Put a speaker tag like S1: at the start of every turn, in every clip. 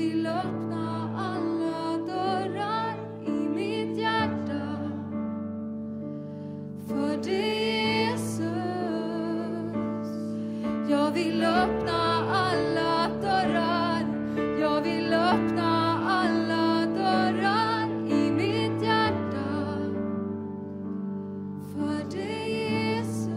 S1: vill öppna alla dörrar i mitt hjärta för dig, Jesus. Jag vill öppna alla dörrar. Jag vill öppna alla dörrar i mitt hjärta för dig, Jesus.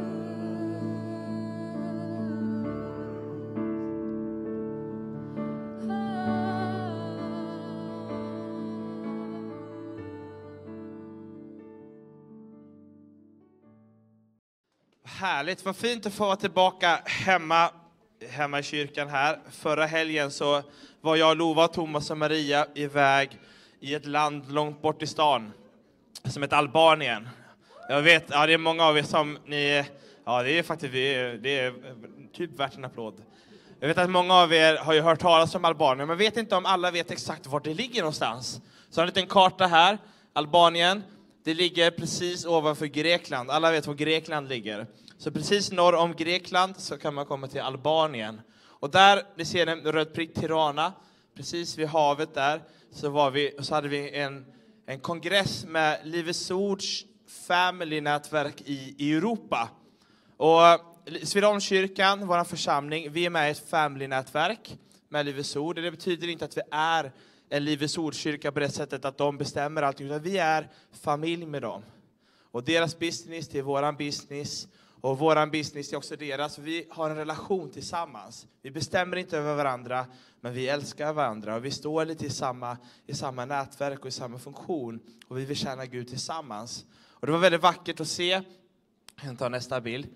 S2: Härligt, vad fint att få vara tillbaka hemma i kyrkan här. Förra helgen så var jag, Lova, Thomas och Maria iväg i ett land långt bort i stan som heter Albanien. Jag vet, ja, det är många av er som det är faktiskt det är typ värt en applåd. Jag vet att många av er har ju hört talas om Albanien, men vet inte om alla vet exakt var det ligger någonstans. Så har en liten karta här, Albanien. Det ligger precis ovanför Grekland. Alla vet var Grekland ligger. Så precis norr om Grekland så kan man komma till Albanien. Och där, ni ser en röd prick, Tirana. Precis vid havet där så hade vi en kongress med Livets Ords family-nätverk i Europa. Och Svedalmskyrkan, vår församling, vi är med i ett family-nätverk med Livets Ord. Det betyder inte att vi är en Livets Ordskyrka på det sättet att de bestämmer allting, utan vi är familj med dem. Och deras business, det är våran business. Och våran business är också deras. Vi har en relation tillsammans. Vi bestämmer inte över varandra, men vi älskar varandra. Och vi står lite i samma nätverk och i samma funktion. Och vi vill tjäna Gud tillsammans. Och det var väldigt vackert att se. Jag kan ta nästa bild.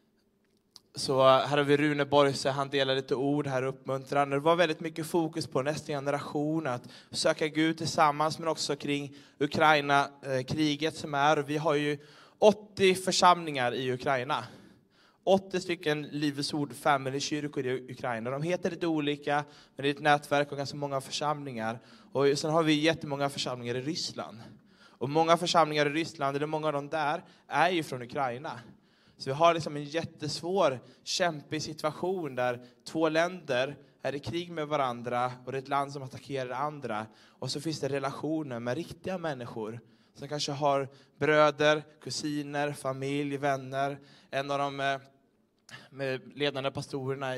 S2: Så här har vi Rune Borgse, han delar lite ord här, uppmuntrande. Det var väldigt mycket fokus på nästa generation, att söka Gud tillsammans, men också kring Ukraina-kriget som är. Och vi har ju 80 församlingar i Ukraina. 80 stycken Livets Ord family-kyrkor i Ukraina. De heter lite olika, men det är ett nätverk och ganska många församlingar. Och sen har vi jättemånga församlingar i Ryssland. Och många församlingar i Ryssland, eller många av dem där, är ju från Ukraina. Så vi har liksom en jättesvår, kämpig situation där två länder är i krig med varandra och det är ett land som attackerar det andra. Och så finns det relationer med riktiga människor som kanske har bröder, kusiner, familj, vänner. En av de ledande pastorerna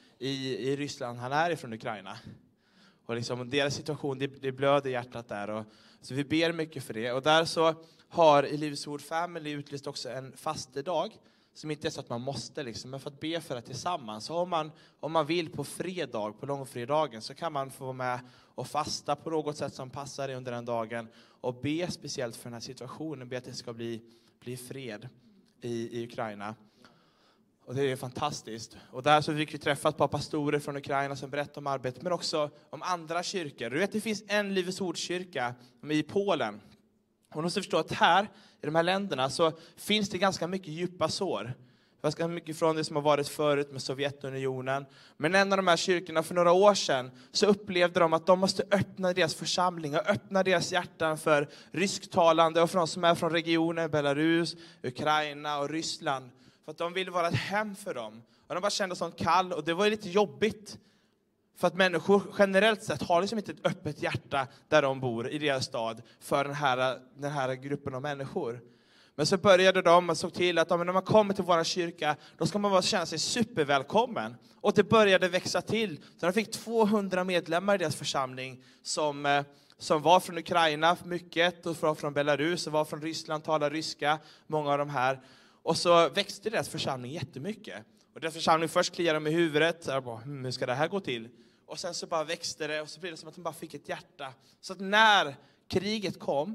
S2: i Ryssland, han är ifrån Ukraina. Och liksom deras situation, det blöder hjärtat där. Och, så vi ber mycket för det. Och där så har i Livets Ord Family utlyst också en fastedag. Som inte är så att man måste liksom, men för att be för det tillsammans. Så om man vill på fredag, på långfredagen, så kan man få vara med och fasta på något sätt som passar under den dagen. Och be speciellt för den här situationen, be att det ska bli fred i Ukraina. Och det är fantastiskt. Och där så fick vi träffa ett par pastorer från Ukraina som berättar om arbetet, men också om andra kyrkor. Du vet, det finns en Livets Ordskyrka i Polen. Och man måste förstå att här, i de här länderna, så finns det ganska mycket djupa sår. Ganska mycket från det som har varit förut med Sovjetunionen. Men en av de här kyrkorna för några år sedan så upplevde de att de måste öppna deras församlingar, öppna deras hjärtan för rysktalande och för de som är från regioner, Belarus, Ukraina och Ryssland. För att de ville vara ett hem för dem. Och de bara kände sånt kall, och det var lite jobbigt. För att människor generellt sett har liksom inte ett öppet hjärta där de bor i deras stad för den här gruppen av människor. Men så började de och såg till att när man kommer till vår kyrka, då ska man bara känna sig supervälkommen. Och det började växa till. Så de fick 200 medlemmar i deras församling som var från Ukraina mycket, och från Belarus, och var från Ryssland, talar ryska, många av de här. Och så växte deras församling jättemycket. Och deras församling först kliade de i huvudet, så bara, hur ska det här gå till? Och sen så bara växte det, och så blev det som att de bara fick ett hjärta. Så att när kriget kom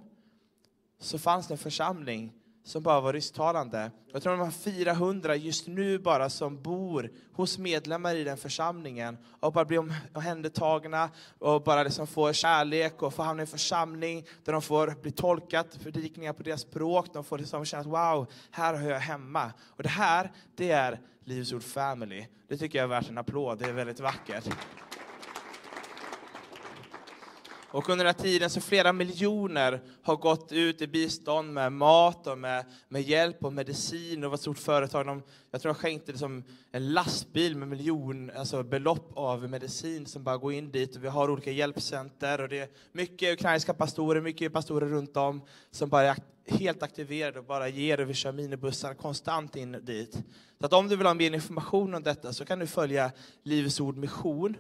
S2: så fanns det en församling som bara var rysktalande. Jag tror de har 400 just nu bara som bor hos medlemmar i den församlingen. Och bara blir omhändertagna och bara liksom får kärlek och får hamna i en församling där de får bli tolkat, predikningar på deras språk. De får liksom känna att wow, här hör jag hemma. Och det här, det är Livets Ord Family. Det tycker jag är värt en applåd, det är väldigt vackert. Och under den här tiden så flera miljoner har gått ut i bistånd med mat och med hjälp och medicin. Det var ett stort företag. Jag tror de skänkte liksom en lastbil med alltså belopp av medicin som bara går in dit. Och vi har olika hjälpcenter och det är mycket ukrainska pastorer, mycket pastorer runt om som bara är helt aktiverade och bara ger, och vi kör minibussar konstant in dit. Så att om du vill ha mer information om detta så kan du följa Livets Ord Mission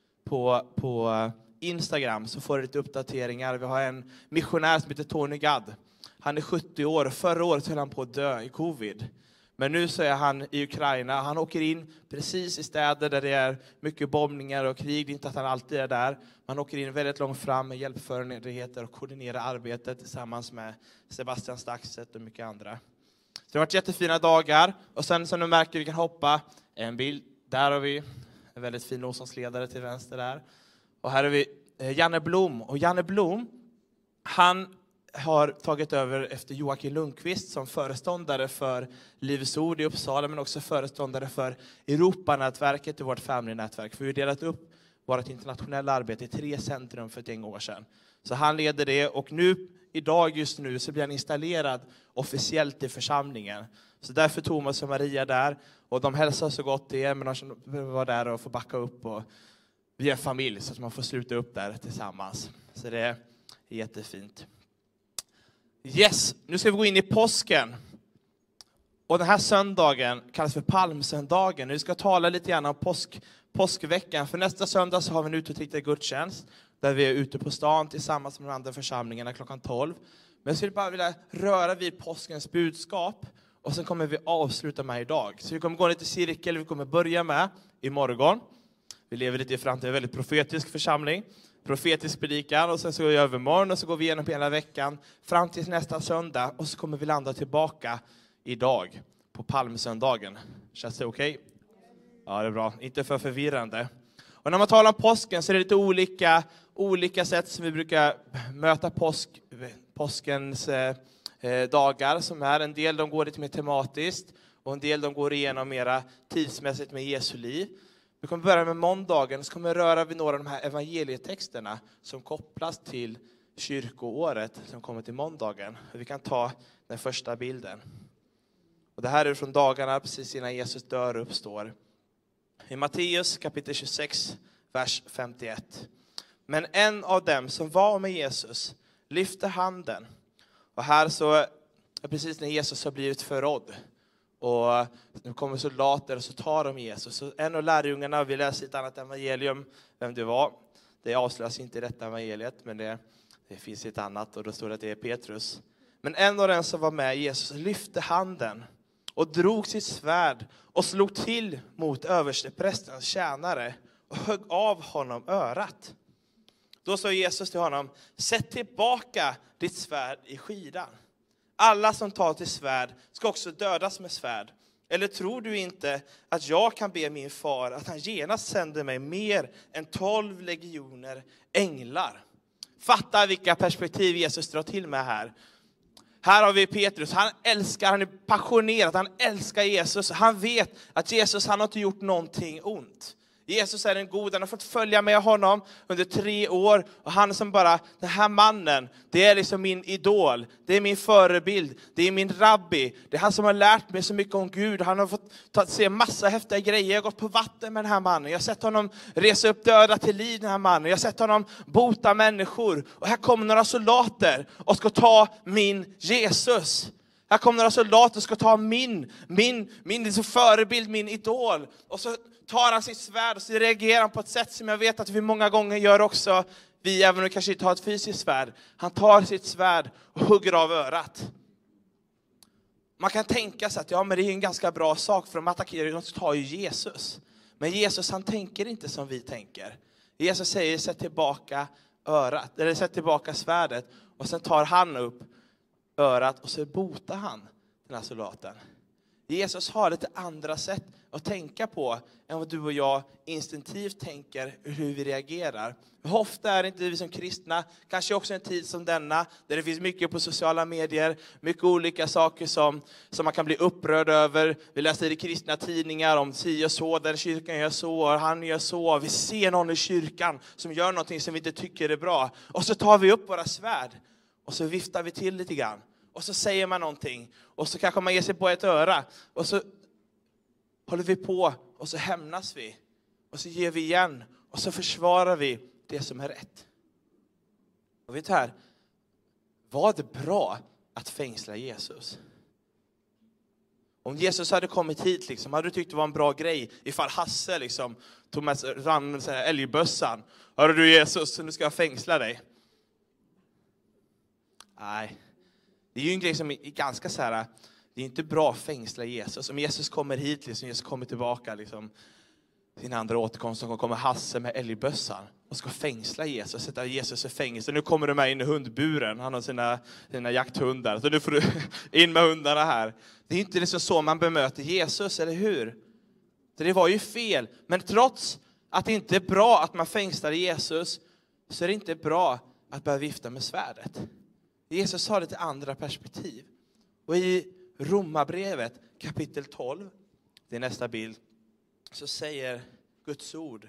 S2: på Instagram, så får du lite uppdateringar. Vi har en missionär som heter Tony Gadd. Han är 70 år. Förra året höll han på att dö i covid. Men nu så är han i Ukraina. Han åker in precis i städer där det är mycket bombningar och krig. Det är inte att han alltid är där. Han åker in väldigt långt fram med hjälpförberedelser och koordinerar arbetet tillsammans med Sebastian Staxet och mycket andra. Så det har varit jättefina dagar. Och sen som du märker, vi kan hoppa en bild. Där har vi en väldigt fin lovsångsledare till vänster där. Och här har vi Janne Blom. Och Janne Blom, han har tagit över efter Joakim Lundqvist som föreståndare för Livets Ord i Uppsala, men också föreståndare för Europanätverket i vårt familjenätverk. För vi har delat upp vårt internationella arbete i 3 centrum för ett gäng år sedan. Så han leder det, och just nu så blir han installerad officiellt i församlingen. Så därför Thomas och Maria där, och de hälsar så gott till er, men de behöver vara där och få backa upp, och vi är familj så att man får sluta upp där tillsammans. Så det är jättefint. Yes, nu ska vi gå in i påsken. Och den här söndagen kallas för Palmsöndagen. Vi ska tala lite grann om påskveckan. För nästa söndag så har vi en utåtriktad gudstjänst där vi är ute på stan tillsammans med de andra församlingarna klockan 12. Men jag skulle bara vilja röra vid påskens budskap, och sen kommer vi avsluta med idag. Så vi kommer gå lite cirkel. Vi kommer börja med imorgon. Vi lever lite i framtiden, en väldigt profetisk församling. Profetisk predikan, och sen så går vi övermorgon och så går vi igenom hela veckan fram till nästa söndag, och så kommer vi landa tillbaka idag på Palmsöndagen. Känns det okej? Ja, det är bra. Inte för förvirrande. Och när man talar om påsken så är det lite olika sätt som vi brukar möta påskens dagar som är. En del de går lite mer tematiskt, och en del de går igenom mera tidsmässigt med Jesu liv. Vi kommer börja med måndagen, så kommer vi röra vid några av de här evangelietexterna som kopplas till kyrkoåret som kommer till måndagen. Vi kan ta den första bilden. Och det här är från dagarna precis innan Jesus dör och uppstår. I Matteus kapitel 26, vers 51. Men en av dem som var med Jesus lyfte handen. Och här så är precis när Jesus har blivit förrådd. Och nu kommer soldater och så tar de Jesus. Så en av lärjungarna, vi läser ett annat evangelium vem det var. Det avslöjas inte i detta evangeliet, men det finns ett annat, och då står det att det är Petrus. Men en av dem som var med Jesus lyfte handen och drog sitt svärd och slog till mot översteprästens tjänare och högg av honom örat. Då sa Jesus till honom: sätt tillbaka ditt svärd i skidan. Alla som tar till svärd ska också dödas med svärd. Eller tror du inte att jag kan be min far att han genast sänder mig mer än 12 legioner änglar? Fatta vilka perspektiv Jesus drar till med här. Här har vi Petrus, han är passionerad, han älskar Jesus. Han vet att Jesus, han har inte gjort någonting ont. Jesus är en god, han har fått följa med honom under 3 år. Och han som bara, den här mannen, det är liksom min idol. Det är min förebild, det är min rabbi. Det är han som har lärt mig så mycket om Gud. Han har fått se massa häftiga grejer. Jag har gått på vatten med den här mannen. Jag har sett honom resa upp döda till liv, den här mannen. Jag har sett honom bota människor. Och här kommer några soldater och ska ta min Jesus. Här kommer några soldater och ska ta min förebild, min idol. Och så tar han sitt svärd och så reagerar han på ett sätt som jag vet att vi många gånger gör också. Vi, även om vi kanske inte har ett fysiskt svärd. Han tar sitt svärd och hugger av örat. Man kan tänka sig att men det är en ganska bra sak, för de attackerar, de tar ju Jesus. Men Jesus, han tänker inte som vi tänker. Jesus säger: sätt tillbaka örat, eller sätt tillbaka svärdet. Och sen tar han upp örat och så botar han den här soldaten. Jesus har lite andra sätt att tänka på än vad du och jag instinktivt tänker hur vi reagerar. Hur ofta är det inte vi som kristna, kanske också en tid som denna, där det finns mycket på sociala medier, mycket olika saker som man kan bli upprörd över. Vi läser i kristna tidningar om si och så, den kyrkan gör så, och han gör så. Vi ser någon i kyrkan som gör någonting som vi inte tycker är bra. Och så tar vi upp våra svärd och så viftar vi till lite grann. Och så säger man någonting. Och så kanske man ger sig på ett öra. Och så håller vi på. Och så hämnas vi. Och så ger vi igen. Och så försvarar vi det som är rätt. Och vet du här. Var det bra att fängsla Jesus? Om Jesus hade kommit hit liksom, hade du tyckt det var en bra grej ifall Hasse liksom tog med älgbössan. Hörru du Jesus, nu ska jag fängsla dig. Nej. Det är ju en grej som är ganska så här, det är inte bra att fängsla Jesus. Om Jesus kommer hit, liksom, Jesus kommer tillbaka, liksom, sin andra återkomst, så kommer Hasse med älgbössan och ska fängsla Jesus, sätta Jesus i fängelse. Nu kommer du med in i hundburen, han har sina jakthundar, så nu får du in med hundarna här. Det är inte liksom så man bemöter Jesus, eller hur? Det var ju fel, men trots att det inte är bra att man fängslar Jesus, så är det inte bra att börja vifta med svärdet. Jesus har lite andra perspektiv. Och i Romarbrevet kapitel 12, det är nästa bild, så säger Guds ord: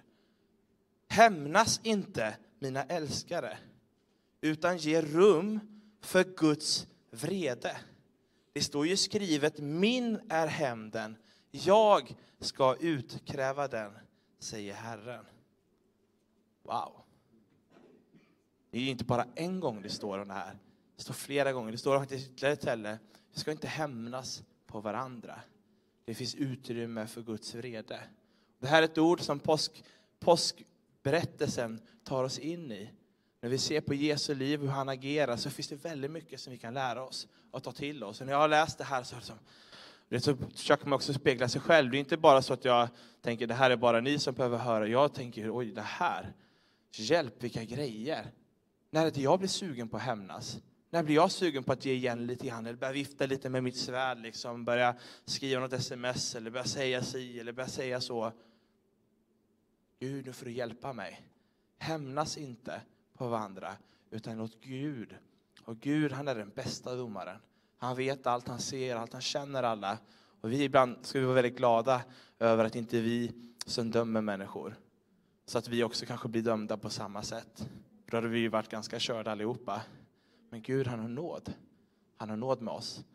S2: hämnas inte mina älskare, utan ge rum för Guds vrede. Det står ju skrivet: min är hämnden, jag ska utkräva den, säger Herren. Wow. Det är ju inte bara en gång det står om det här. Det står flera gånger. Det står faktiskt ytterligare ett ställe. Vi ska inte hämnas på varandra. Det finns utrymme för Guds vrede. Det här är ett ord som påskberättelsen tar oss in i. När vi ser på Jesu liv, hur han agerar, så finns det väldigt mycket som vi kan lära oss och ta till oss. Och när jag har läst det här så försöker man också spegla sig själv. Det är inte bara så att jag tänker det här är bara ni som behöver höra. Jag tänker, oj, det här, hjälp, vilka grejer. När det jag blir sugen på att hämnas. När blir jag sugen på att ge igen lite grann? Eller börja vifta lite med mitt svärd. Liksom, börja skriva något sms. Eller börja säga si. Eller börja säga så. Gud, nu får du hjälpa mig. Hämnas inte på varandra. Utan låt Gud. Och Gud, han är den bästa domaren. Han vet allt, han ser allt, han känner alla. Och vi ibland ska vi vara väldigt glada över att inte vi som dömer människor. Så att vi också kanske blir dömda på samma sätt. Då hade vi ju varit ganska körda allihopa. Men Gud, han har nåd. Han har nåd med oss.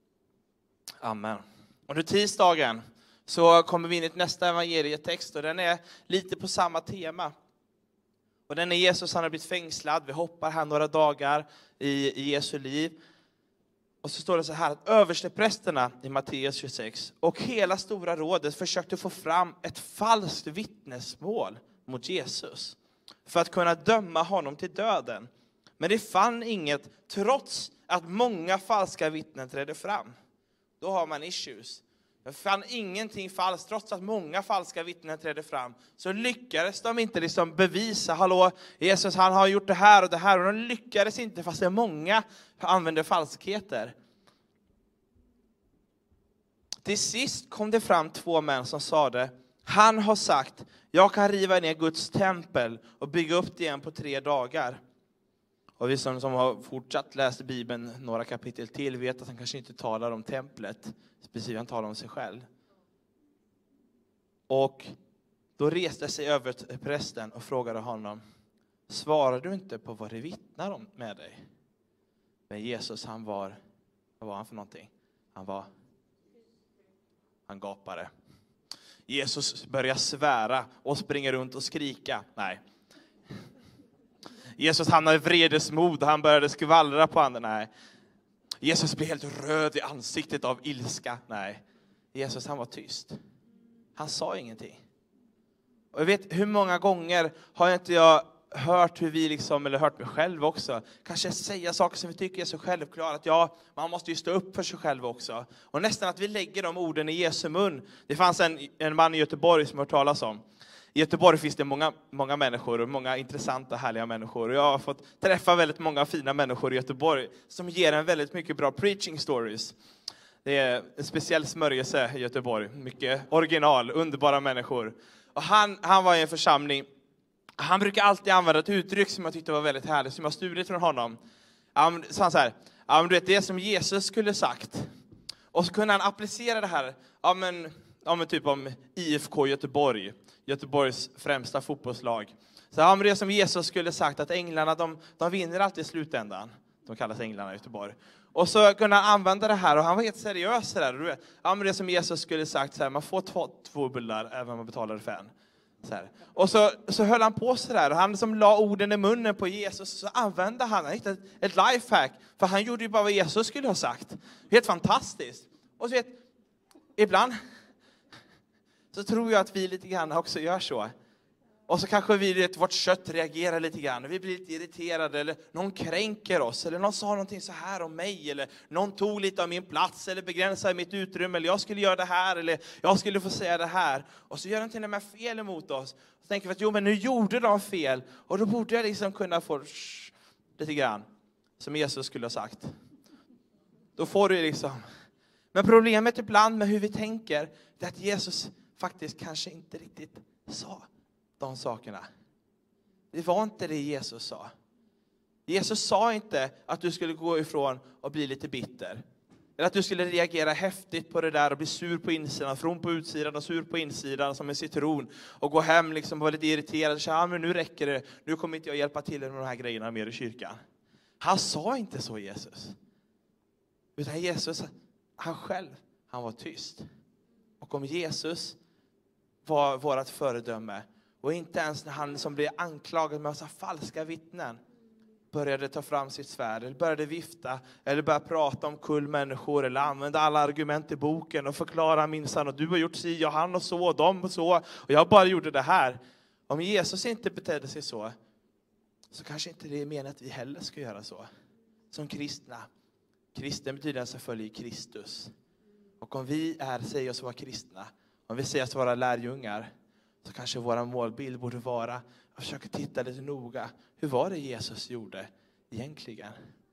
S2: Amen. Och nu tisdagen så kommer vi in i nästa evangelietext. Och den är lite på samma tema. Och den är Jesus, han har blivit fängslad. Vi hoppar här några dagar i Jesu liv. Och så står det så här att översteprästerna i Matteus 26 och hela stora rådet försökte få fram ett falskt vittnesmål mot Jesus. För att kunna döma honom till döden. Men det fann inget, trots att många falska vittnen trädde fram. Då har man issues. Det fann ingenting falskt, trots att många falska vittnen trädde fram. Så lyckades de inte liksom bevisa, hallå, Jesus han har gjort det här och det här. Och de lyckades inte, fast det många använde falskheter. Till sist kom det fram 2 män som sa det. Han har sagt, jag kan riva ner Guds tempel och bygga upp det igen på 3 dagar. Och vi som har fortsatt läst Bibeln några kapitel till vet att han kanske inte talar om templet. Speciellt han talar om sig själv. Och då reste sig översteprästen och frågade honom. Svarar du inte på vad det vittnar om med dig? Men Jesus vad var han för någonting? Han gapade. Jesus börjar svära och springer runt och skrika. Nej. Jesus han hade vredesmod. Han började skvallra på andra. Nej. Jesus blev helt röd i ansiktet av ilska. Nej. Jesus han var tyst. Han sa ingenting. Och jag vet hur många gånger har jag hört hur vi liksom, eller hört mig själv också, kanske säga saker som vi tycker är så självklara. Att man måste ju stå upp för sig själv också. Och nästan att vi lägger de orden i Jesu mun. Det fanns en man i Göteborg som har hört talas om. I Göteborg finns det många människor och många intressanta, härliga människor. Och jag har fått träffa väldigt många fina människor i Göteborg som ger en väldigt mycket bra preaching stories. Det är en speciell smörjelse i Göteborg. Mycket original, underbara människor. Och han var i en församling. Han brukar alltid använda ett uttryck som jag tyckte var väldigt härligt, som jag studerat från honom. Så han så här, du vet, det som Jesus skulle sagt. Och så kunde han applicera det här, typ om IFK Göteborg, Göteborgs främsta fotbollslag. Så det som Jesus skulle sagt, att änglarna, de vinner alltid i slutändan. De kallas änglarna i Göteborg. Och så kunde han använda det här, och han var helt seriös där. Du vet, det som Jesus skulle sagt, så här, man får två bullar även om man betalar för en. Så här. Och så höll han på så där, och han som la orden i munnen på Jesus, så använde han hittade ett lifehack, för han gjorde ju bara vad Jesus skulle ha sagt. Helt fantastiskt. Och så vet, ibland så tror jag att vi lite grann också gör så. Och så kanske vårt kött reagerar lite grann. Vi blir lite irriterade, eller någon kränker oss, eller någon sa någonting så här om mig, eller någon tog lite av min plats, eller begränsade mitt utrymme, eller jag skulle göra det här, eller jag skulle få säga det här. Och så gör de till och med fel emot oss. Så tänker vi att nu gjorde de fel, och då borde jag liksom kunna få lite grann som Jesus skulle ha sagt. Då får du liksom. Men problemet ibland med hur vi tänker är att Jesus faktiskt kanske inte riktigt sa de sakerna. Det var inte det Jesus sa. Jesus sa inte att du skulle gå ifrån och bli lite bitter. Eller att du skulle reagera häftigt på det där och bli sur på insidan, from på utsidan och sur på insidan som en citron. Och gå hem liksom och vara lite irriterad och säga, men nu räcker det. Nu kommer inte jag hjälpa till med de här grejerna mer i kyrkan. Han sa inte så, Jesus. Utan Jesus, han själv, han var tyst. Och om Jesus var vårt föredöme, och inte ens när han som blev anklagad med massa falska vittnen började ta fram sitt svärd, eller började vifta, eller började prata om kull människor, eller använda alla argument i boken och förklara minsann, och du har gjort si, och han och så, och de och så, och jag bara gjorde det här. Om Jesus inte betedde sig så kanske inte det är meningen att vi heller ska göra så. Som kristna. Kristen betyder den som följer Kristus. Och om vi säger oss vara kristna, om vi säger oss vara lärjungar, så kanske vår målbild borde vara att försöka titta lite noga. Hur var det Jesus gjorde egentligen?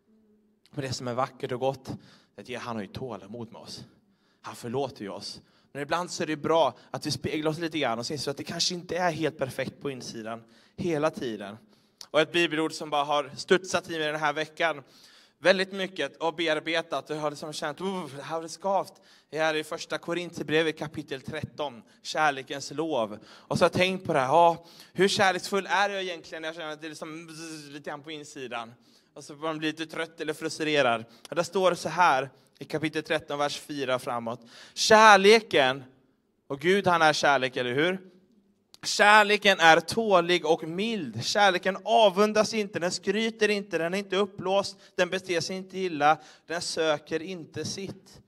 S2: Men det som är vackert och gott är att han har ju tålamod med oss. Han förlåter ju oss. Men ibland så är det bra att vi speglar oss lite grann och ser att det kanske inte är helt perfekt på insidan hela tiden. Och ett bibelord som bara har studsat i mig den här veckan väldigt mycket och bearbetat. Jag har liksom känt, det här har det skavt. Det här är första Korinthierbrevet kapitel 13, kärlekens lov. Och så har jag tänkt på det här, hur kärleksfull är jag egentligen? Jag känner att det är liksom lite grann på insidan. Och så man blir lite trött eller frustrerad. Och där står det så här i kapitel 13, vers 4 framåt. Kärleken, och Gud han är kärlek, eller hur? Kärleken är tålig och mild. Kärleken avundas inte, den skryter inte, den är inte uppblåst, den beter sig inte illa, den söker inte sitt.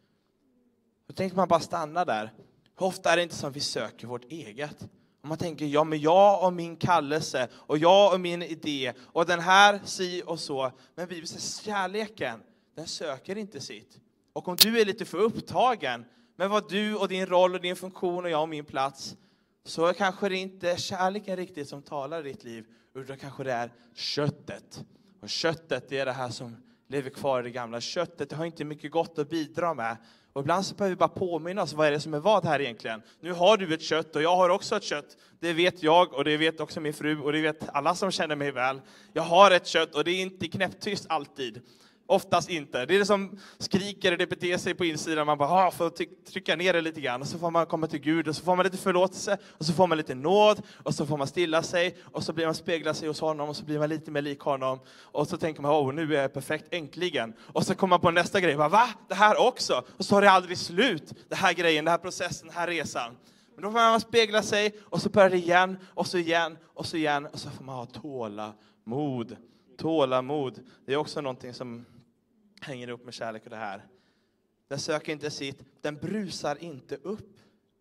S2: Då tänker man bara stanna där. Hur ofta är det inte som vi söker vårt eget? Om man tänker, men jag och min kallelse, och jag och min idé, och den här si och så. Men Bibeln säger, kärleken, den söker inte sitt. Och om du är lite för upptagen med vad du och din roll och din funktion och jag och min plats, så kanske det inte är kärleken riktigt som talar i ditt liv, utan kanske det är köttet. Och köttet, det är det här som lever kvar i det gamla. Köttet, det har inte mycket gott att bidra med. Och ibland så behöver vi bara påminna oss, vad är det som är vad här egentligen? Nu har du ett kött och jag har också ett kött. Det vet jag och det vet också min fru och det vet alla som känner mig väl. Jag har ett kött och det är inte knäpptyst alltid. Oftast inte. Det är det som skriker och det beter sig på insidan. Man bara får trycka ner det lite grann. Och så får man komma till Gud. Och så får man lite förlåtelse. Och så får man lite nåd. Och så får man stilla sig. Och så blir man spegla sig hos honom. Och så blir man lite mer lik honom. Och så tänker man, nu är jag perfekt, äntligen. Och så kommer man på nästa grej. Va? Det här också? Och så har det aldrig slut. Det här grejen, den här processen, den här resan. Men då får man spegla sig. Och så börjar det igen. Och så igen. Och så igen. Och så får man ha tålamod. Tålamod. Det är också någonting som hänger ihop med kärlek och det här. Den söker inte sitt. Den brusar inte upp.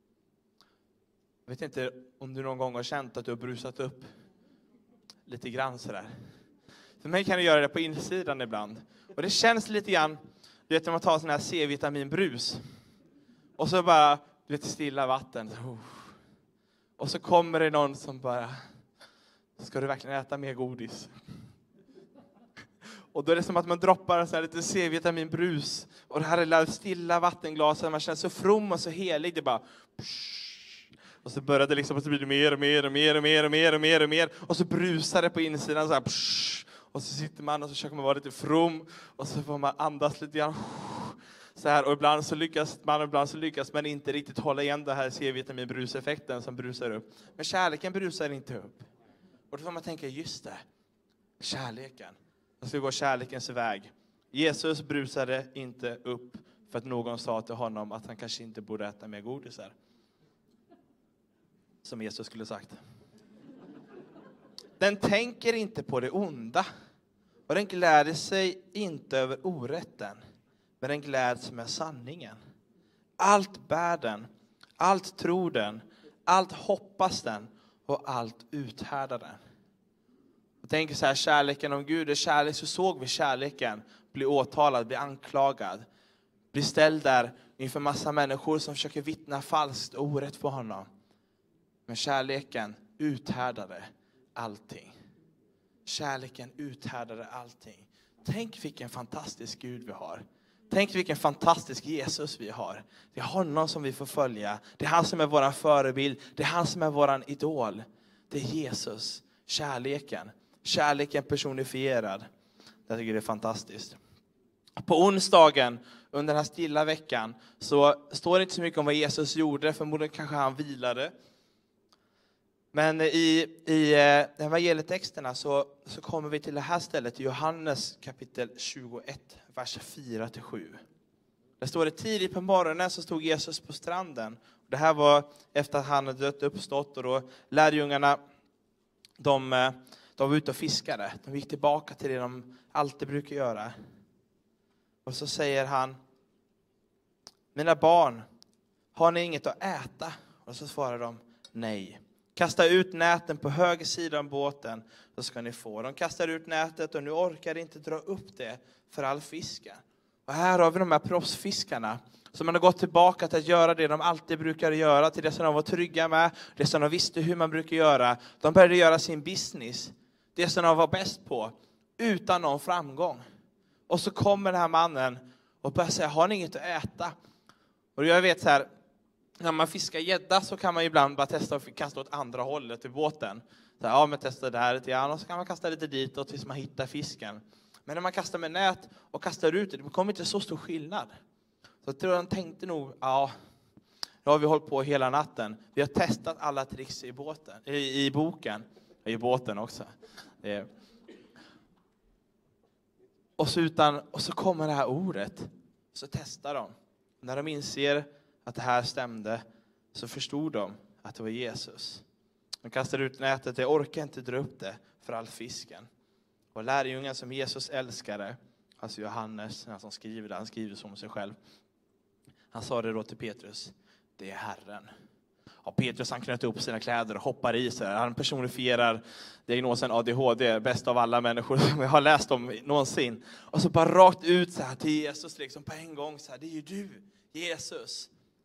S2: Jag vet inte om du någon gång har känt att du har brusat upp lite grann sådär. För mig kan du göra det på insidan ibland. Och det känns lite grann, du vet när man tar sån här C-vitaminbrus. Och så bara, du vet, stilla vatten. Och så kommer det någon som bara, ska du verkligen äta mer godis? Och då är det som att man droppar så här lite C-vitaminbrus. Och det här är stilla vattenglaset. Man känner sig så from och så helig. Det bara... Och så började det liksom att det blir mer och mer och mer och mer och mer och mer och mer. Och så brusar det på insidan så här. Och så sitter man och så försöker man vara lite from. Och så får man andas lite grann. Så här, och ibland så lyckas man inte riktigt hålla igen det här C-vitaminbruseffekten som brusar upp. Men kärleken brusar inte upp. Och då får man tänka, just det. Kärleken. Man ska gå kärlekens väg. Jesus brusade inte upp för att någon sa till honom att han kanske inte borde äta mer godisar. Som Jesus skulle sagt. Den tänker inte på det onda. Och den gläder sig inte över orätten. Men den gläds med sanningen. Allt bär den. Allt tror den. Allt hoppas den. Och allt uthärdar den. Och tänker så här, kärleken, om Gud är kärlek så såg vi kärleken bli åtalad, bli anklagad. Bli ställd där inför massa människor som försöker vittna falskt och orätt på honom. Men kärleken uthärdade allting. Kärleken uthärdade allting. Tänk vilken fantastisk Gud vi har. Tänk vilken fantastisk Jesus vi har. Det är honom som vi får följa. Det är han som är vår förebild. Det är han som är vår idol. Det är Jesus. Kärleken. Kärleken personifierad. Jag tycker det är fantastiskt. På onsdagen under den här stilla veckan så står det inte så mycket om vad Jesus gjorde. Förmodligen kanske han vilade. Men i evangelietexterna så kommer vi till det här stället i Johannes kapitel 21, vers 4-7. Där står det, tidigt på morgonen så stod Jesus på stranden. Det här var efter att han hade dött uppstått, och då lärjungarna, de var ute och fiskade. De gick tillbaka till det de alltid brukar göra. Och så säger han, mina barn, har ni inget att äta? Och så svarar de, nej. Kasta ut näten på höger sida om båten, så ska ni få. De kastar ut nätet och nu orkar inte dra upp det för all fisken. Och här har vi de här proffsfiskarna som har gått tillbaka till att göra det de alltid brukar göra, till det som de var trygga med, det som de visste hur man brukar göra. De började göra sin business, det som de var bäst på, utan någon framgång. Och så kommer den här mannen och börjar säga, har ni inget att äta? Och jag vet så här, när man fiskar gädda så kan man ibland bara testa att kasta åt andra hållet i båten. Så här, ja, men testa där lite grann, och så kan man kasta lite ditåt tills man hittar fisken. Men när man kastar med nät och kastar ut det kommer inte så stor skillnad. Så jag tror de tänkte nog, ja, nu har vi hållit på hela natten. Vi har testat alla tricks i båten, i boken, i båten också. Och så kommer det här ordet, så testar de. När de inser att det här stämde så förstod de att det var Jesus. De kastade ut nätet, jag orkar inte dra upp det för all fisken. Och lärjungen som Jesus älskade, alltså Johannes, han som skriver det, han skriver som sig själv. Han sa det då till Petrus, det är Herren. Och Petrus han knöt upp sina kläder och hoppar i sig. Han personifierar diagnosen ADHD, bäst av alla människor som jag har läst om någonsin. Och så bara rakt ut så här till Jesus liksom på en gång, så här, det är ju du, Jesus.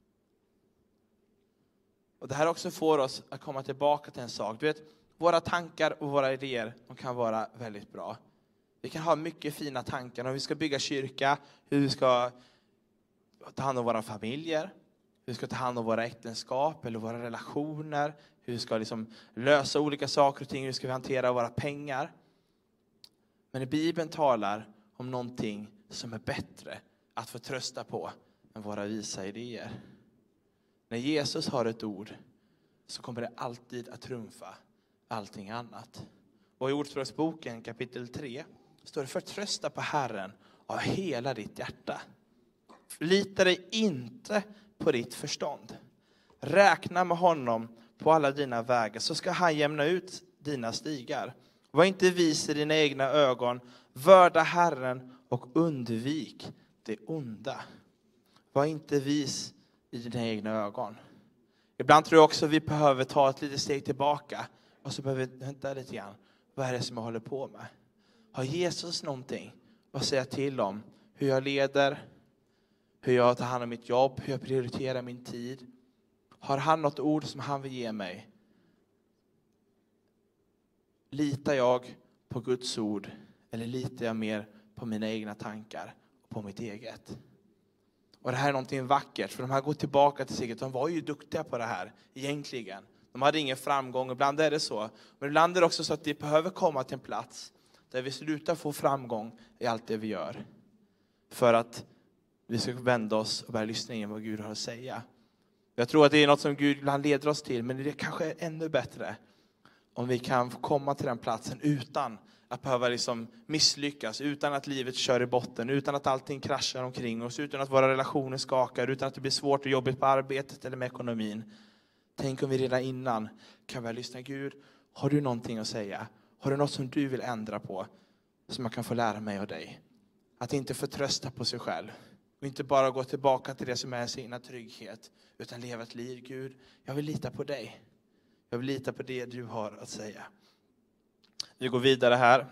S2: Och det här också får oss att komma tillbaka till en sak. Du vet, våra tankar och våra idéer, de kan vara väldigt bra. Vi kan ha mycket fina tankar om vi ska bygga kyrka, hur vi ska ta hand om våra familjer, hur vi ska ta hand om våra äktenskap eller våra relationer, hur vi ska liksom lösa olika saker och ting, hur vi ska hantera våra pengar. Men i Bibeln talar om någonting som är bättre att förtrösta på än våra visa idéer. När Jesus har ett ord så kommer det alltid att trumfa allting annat. Och i Ordspråksboken kapitel 3 står det, förtrösta på Herren av hela ditt hjärta. Lita dig inte på ditt förstånd. Räkna med honom på alla dina vägar, så ska han jämna ut dina stigar. Var inte vis i dina egna ögon. Vörda Herren och undvik det onda. Var inte vis i dina egna ögon. Ibland tror jag också att vi behöver ta ett litet steg tillbaka. Och så behöver vi vänta lite grann. Vad är det som jag håller på med? Har Jesus någonting att säga till om? Hur jag leder, hur jag tar hand om mitt jobb, hur jag prioriterar min tid. Har han något ord som han vill ge mig? Litar jag på Guds ord? Eller litar jag mer på mina egna tankar och på mitt eget. Och det här är någonting vackert, för de här går tillbaka till sig. De var ju duktiga på det här egentligen. De hade ingen framgång, ibland är det så. Men ibland är det också så att vi behöver komma till en plats där vi slutar få framgång i allt det vi gör. För att vi ska vända oss och börja lyssna in vad Gud har att säga. Jag tror att det är något som Gud ibland leder oss till, men det kanske är ännu bättre om vi kan få komma till den platsen utan att behöva liksom misslyckas, utan att livet kör i botten, utan att allting kraschar omkring oss, utan att våra relationer skakar, utan att det blir svårt och jobbigt på arbetet eller med ekonomin. Tänk om vi redan innan kan börja lyssna. Gud, har du någonting att säga? Har du något som du vill ändra på som jag kan få lära mig av dig? Att inte förtrösta på sig själv och inte bara gå tillbaka till det som är sin trygghet, utan leva ett liv. Gud, jag vill lita på dig. Jag vill lita på det du har att säga. Vi går vidare här.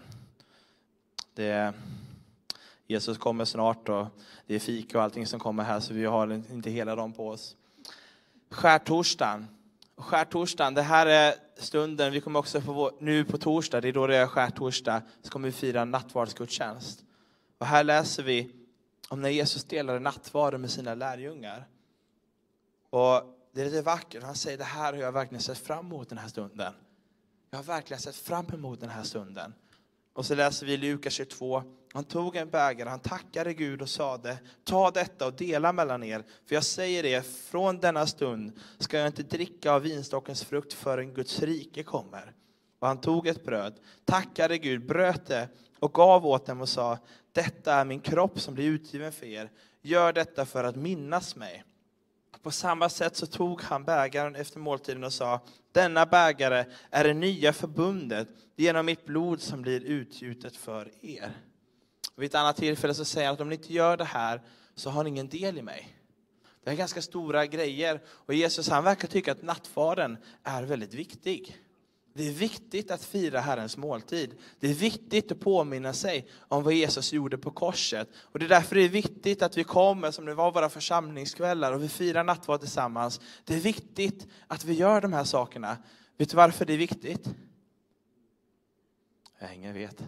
S2: Jesus kommer snart och det är fika och allting som kommer här, så vi har inte hela dem på oss. Skärtorsdagen, det här är stunden. Vi kommer också nu på torsdag, det är då det är skärtorsdag, så kommer vi fira nattvardsgudstjänst. Och här läser vi om när Jesus delade nattvarden med sina lärjungar. Och det är lite vackert. Han säger, det här har jag verkligen sett fram emot den här stunden. Jag har verkligen sett fram emot den här stunden. Och så läser vi Lukas 22. Han tog en bägare, han tackade Gud och sade, ta detta och dela mellan er. För jag säger det, från denna stund ska jag inte dricka av vinstockens frukt förrän Guds rike kommer. Och han tog ett bröd, tackade Gud, bröt det och gav åt dem och sa, detta är min kropp som blir utgiven för er. Gör detta för att minnas mig. På samma sätt så tog han bägaren efter måltiden och sa, denna bägare är det nya förbundet genom mitt blod som blir utgjutet för er. Och vid ett annat tillfälle så säger han att om ni inte gör det här så har ni ingen del i mig. Det är ganska stora grejer, och Jesus, han verkar tycka att nattvarden är väldigt viktig. Det är viktigt att fira Herrens måltid. Det är viktigt att påminna sig om vad Jesus gjorde på korset. Och det är därför det är viktigt att vi kommer, som det var våra församlingskvällar, och vi firar nattvard tillsammans. Det är viktigt att vi gör de här sakerna. Vet du varför det är viktigt? Ingen vet.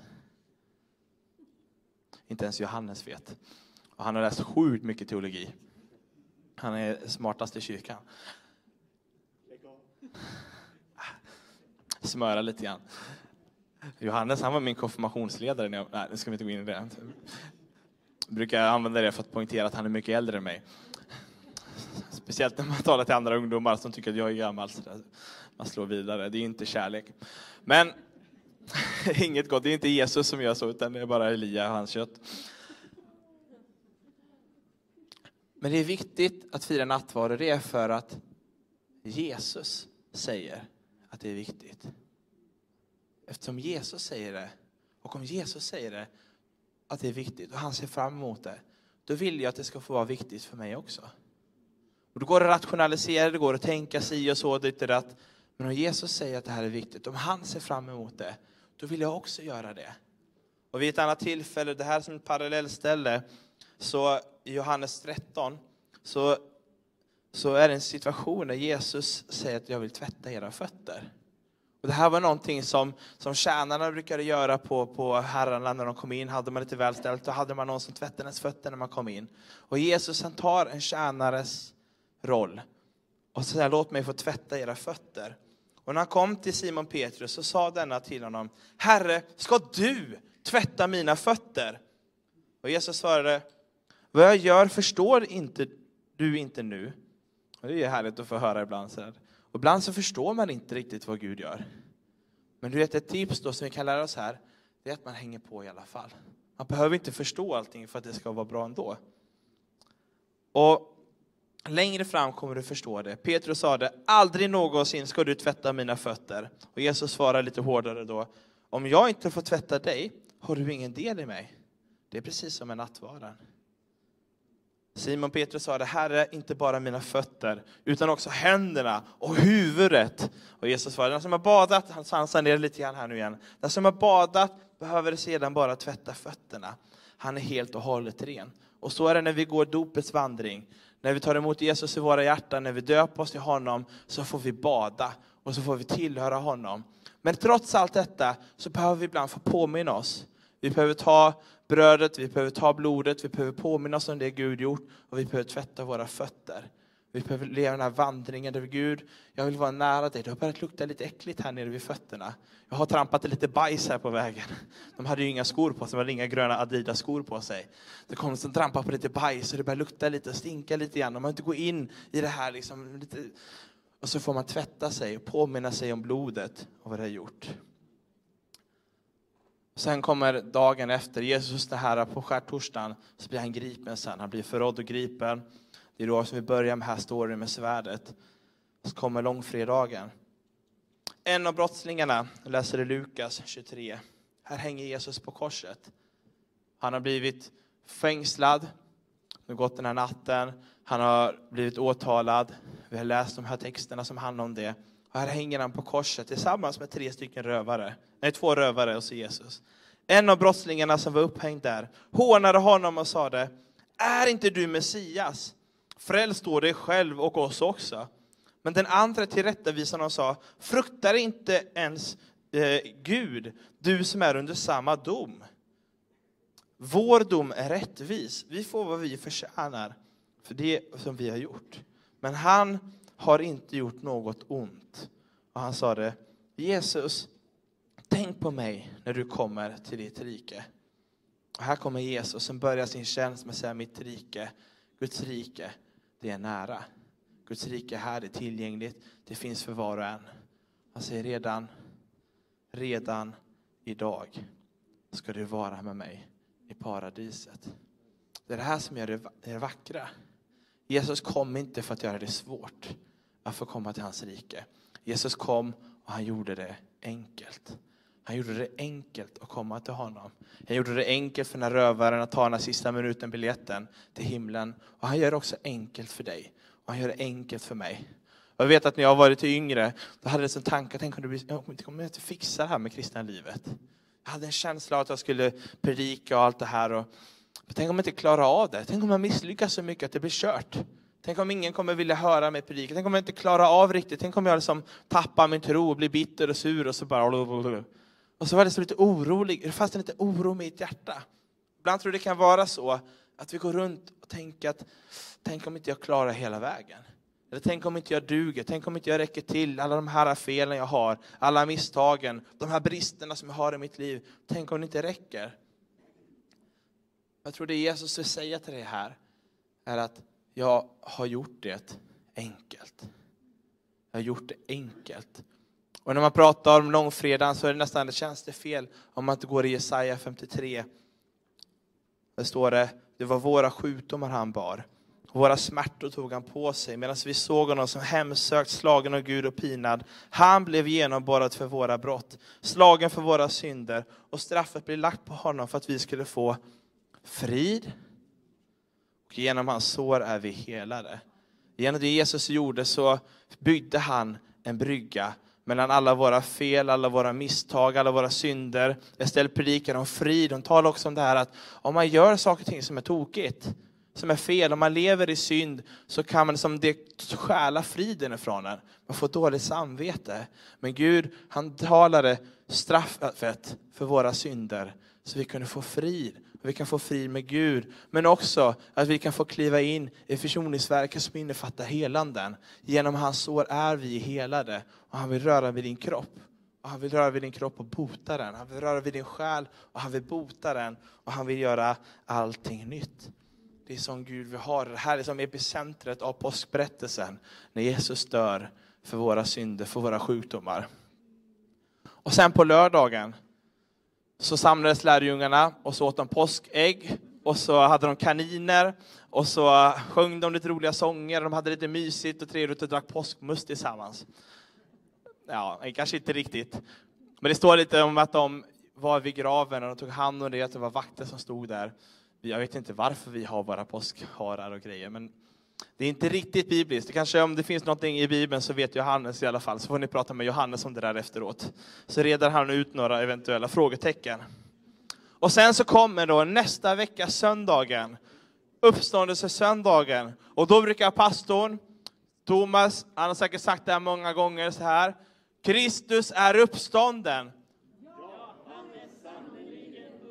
S2: Inte ens Johannes vet. Och han har läst sjukt mycket teologi. Han är smartast i kyrkan. Smöra lite grann. Johannes, han var min konfirmationsledare. Nej, nu ska vi inte gå in i det. Jag brukar använda det för att poängtera att han är mycket äldre än mig. Speciellt när man talar till andra ungdomar som tycker att jag är gammal. Så man slår vidare. Det är inte kärlek. Men inget gott. Det är inte Jesus som gör så, utan det är bara Elia och hans kött. Men det är viktigt att fira nattvard. Det är för att Jesus säger att det är viktigt. Eftersom Jesus säger det, och om Jesus säger det att det är viktigt och han ser fram emot det, då vill jag att det ska få vara viktigt för mig också. Och då går det att rationalisera, det går att tänka sig och så, det är rätt. Men om Jesus säger att det här är viktigt, om han ser fram emot det, då vill jag också göra det. Och vid ett annat tillfälle, det här är som ett parallellställe, så i Johannes 13 så är det en situation där Jesus säger att jag vill tvätta era fötter. Och det här var någonting som tjänarna brukade göra på herrarna när de kom in. Hade man lite välställt, då hade man någon som tvättade ens fötter när man kom in. Och Jesus, han tar en tjänares roll och säger, låt mig få tvätta era fötter. Och när han kom till Simon Petrus så sa denna till honom, Herre, ska du tvätta mina fötter? Och Jesus svarade, vad jag gör förstår du inte nu. Och det är ju härligt att få höra ibland. Så här. Och ibland så förstår man inte riktigt vad Gud gör. Men du vet, ett tips då som vi kan lära oss här, det är att man hänger på i alla fall. Man behöver inte förstå allting för att det ska vara bra ändå. Och längre fram kommer du förstå det. Petrus sa det, aldrig någonsin ska du tvätta mina fötter. Och Jesus svarar lite hårdare då, om jag inte får tvätta dig har du ingen del i mig. Det är precis som en nattvarden. Simon Petrus sa, det här är inte bara mina fötter utan också händerna och huvudet. Och Jesus svarade, den som har badat, han sansar ner lite grann här nu igen. Den som har badat behöver sedan bara tvätta fötterna. Han är helt och hållet ren. Och så är det när vi går dopets vandring. När vi tar emot Jesus i våra hjärtan, när vi döper oss till honom, så får vi bada och så får vi tillhöra honom. Men trots allt detta så behöver vi ibland få påminna oss. Vi behöver ta brödet, vi behöver ta blodet, vi behöver påminna oss om det Gud gjort. Och vi behöver tvätta våra fötter. Vi behöver leva den här vandringen där Gud, jag vill vara nära dig. Det har börjat lukta lite äckligt här nere vid fötterna. Jag har trampat lite bajs här på vägen. De hade ju inga skor på sig, de hade inga gröna Adidas skor på sig. Det kom som trampa på lite bajs och det börjar lukta lite och stinka lite grann. Man har inte gå in i det här liksom lite. Och så får man tvätta sig och påminna sig om blodet och vad det har gjort. Sen kommer dagen efter, Jesus det här på skärtorsdagen, så blir han gripen sen. Han blir förrådd och gripen. Det är då som vi börjar med här storyn med svärdet. Så kommer långfredagen. En av brottslingarna, läser i Lukas 23. Här hänger Jesus på korset. Han har blivit fängslad. Det har gått den här natten. Han har blivit åtalad. Vi har läst de här texterna som handlar om det. Och här hänger han på korset tillsammans med 2 rövare och så Jesus. En av brottslingarna som var upphängd där hånade honom och sa det: är inte du Messias? Fräls då dig själv och oss också. Men den andra tillrättavisade och sa: fruktar inte ens Gud, du som är under samma dom. Vår dom är rättvis. Vi får vad vi förtjänar för det som vi har gjort. Men han har inte gjort något ont. Och han sa det: Jesus, tänk på mig när du kommer till ditt rike. Och här kommer Jesus som börjar sin tjänst med att säga: mitt rike, Guds rike, det är nära. Guds rike här är tillgängligt. Det finns för var och en. Han säger redan idag ska du vara med mig i paradiset. Det är det här som gör det vackra. Jesus kom inte för att göra det svårt att få komma till hans rike. Jesus kom och han gjorde det enkelt. Han gjorde det enkelt att komma till honom. Han gjorde det enkelt för den här rövaren att ta den här sista minuten biljetten till himlen. Och han gör det också enkelt för dig. Och han gör det enkelt för mig. Och jag vet att när jag var lite yngre, då hade jag en tanke: tänk om jag kommer inte fixa det här med kristna livet. Jag hade en känsla av att jag skulle predika och allt det här. Och tänk om jag inte klarar av det. Tänk om jag misslyckas så mycket att det blir kört. Tänk om ingen kommer vilja höra mig predika. Tänk om jag inte klarar av riktigt. Tänk om jag liksom tappar min tro och blir bitter och sur och så bara... Och så var det så lite orolig. Det fanns en lite oro i mitt hjärta. Ibland tror jag det kan vara så att vi går runt och tänker att tänk om inte jag klarar hela vägen. Eller tänk om inte jag duger. Tänk om inte jag räcker till. Alla de här felen jag har. Alla misstagen. De här bristerna som jag har i mitt liv. Tänk om det inte räcker. Jag tror det Jesus vill säga till dig här är att jag har gjort det enkelt. Jag har gjort det enkelt. Och när man pratar om långfredagen så är det nästan, det känns det fel om man inte går i Jesaja 53. Där står det var våra sjukdomar han bar. Och våra smärtor tog han på sig. Medan vi såg honom som hemsökt, slagen av Gud och pinad. Han blev genomborrad för våra brott. Slagen för våra synder. Och straffet blev lagt på honom för att vi skulle få frid. Och genom hans sår är vi helade. Genom det Jesus gjorde så byggde han en brygga mellan alla våra fel, alla våra misstag, alla våra synder. Istället predikar om frid. De talar också om det här att om man gör saker och ting som är tokigt, som är fel, om man lever i synd, så kan man som det stjäla friden ifrån en. Man får dåligt samvete. Men Gud, han talade straffet för våra synder så vi kunde få frid. Vi kan få frid med Gud. Men också att vi kan få kliva in i försoningsverket som innefattar helanden. Genom hans sår är vi helade. Och han vill röra vid din kropp. Och han vill röra vid din kropp och bota den. Han vill röra vid din själ och han vill bota den. Och han vill göra allting nytt. Det är som Gud vill ha. Det här är som epicentret av påskberättelsen. När Jesus dör för våra synder, för våra sjukdomar. Och sen på lördagen så samlades lärjungarna och så åt de påskägg. Och så hade de kaniner. Och så sjöng de lite roliga sånger. De hade lite mysigt och trevligt och drack påskmust tillsammans. Ja, kanske inte riktigt. Men det står lite om att de var vid graven och de tog hand om det. Att det var vakter som stod där. Jag vet inte varför vi har våra påskharar och grejer. Men det är inte riktigt bibliskt. Det kanske om det finns någonting i Bibeln så vet Johannes i alla fall. Så får ni prata med Johannes om det där efteråt. Så redar han ut några eventuella frågetecken. Och sen så kommer då nästa vecka söndagen. Uppståndelsesöndagen. Och då brukar pastorn Thomas, han har säkert sagt det här många gånger så här. Kristus är uppstånden.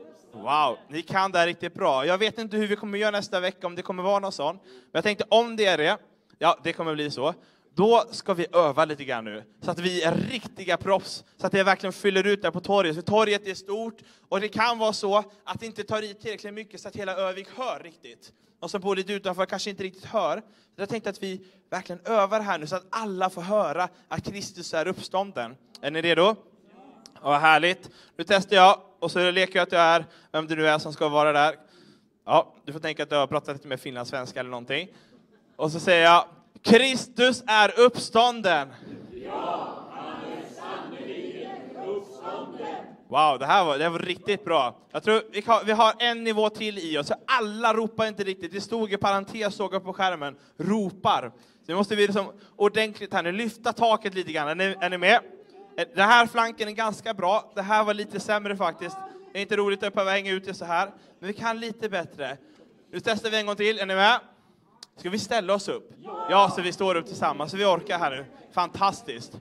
S2: Wow, ni kan det här riktigt bra. Jag vet inte hur vi kommer göra nästa vecka, om det kommer vara någon sån. Men jag tänkte, om det är det, ja, det kommer bli så. Då ska vi öva lite grann nu. Så att vi är riktiga proffs. Så att det verkligen fyller ut där på torget. För torget är stort. Och det kan vara så att det inte tar i tillräckligt mycket så att hela Övik hör riktigt. Och som bor lite utanför kanske inte riktigt hör. Så jag tänkte att vi verkligen övar här nu så att alla får höra att Kristus är uppstånden. Är ni redo? Ja, vad härligt. Nu testar jag. Och så leker jag att jag är vem det nu är som ska vara där. Ja, du får tänka att jag har pratat lite med finlandssvenska eller någonting. Och så säger jag: Kristus är uppstånden.
S3: Ja, han är sannoliken uppstånden.
S2: Wow, det var riktigt bra. Jag tror vi har en nivå till i oss. Så alla ropar inte riktigt. Det stod i parentes, såg på skärmen. Ropar. Så nu måste vi liksom ordentligt här nu lyfta taket lite grann. Är ni med? Den här flanken är ganska bra. Det här var lite sämre faktiskt. Det är inte roligt att behöva hänga ut det så här. Men vi kan lite bättre. Nu testar vi en gång till. Är ni med? Ska vi ställa oss upp? Ja, så vi står upp tillsammans. Så vi orkar här nu. Fantastiskt.